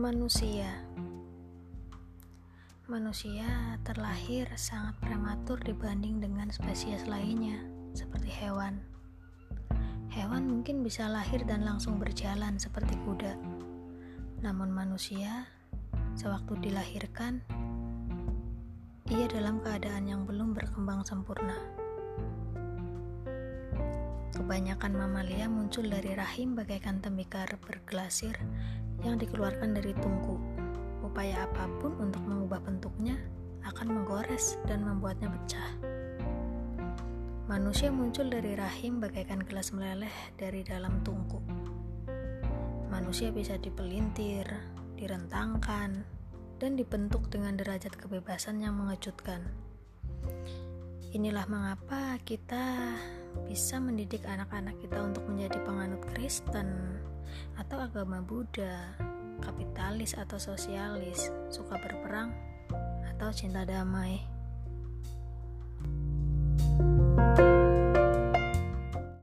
Manusia terlahir sangat prematur dibanding dengan spesies lainnya, seperti hewan. Hewan mungkin bisa lahir dan langsung berjalan seperti kuda. Namun manusia, sewaktu dilahirkan, ia dalam keadaan yang belum berkembang sempurna. Kebanyakan mamalia muncul dari rahim bagaikan tembikar bergelasir yang dikeluarkan dari tungku. Upaya apapun untuk mengubah bentuknya akan menggores dan membuatnya pecah. Manusia muncul dari rahim bagaikan gelas meleleh dari dalam tungku. Manusia bisa dipelintir, direntangkan, dan dibentuk dengan derajat kebebasan yang mengejutkan. Inilah mengapa kita bisa mendidik anak-anak kita untuk menjadi penganut Kristen atau agama Buddha, kapitalis atau sosialis, suka berperang atau cinta damai.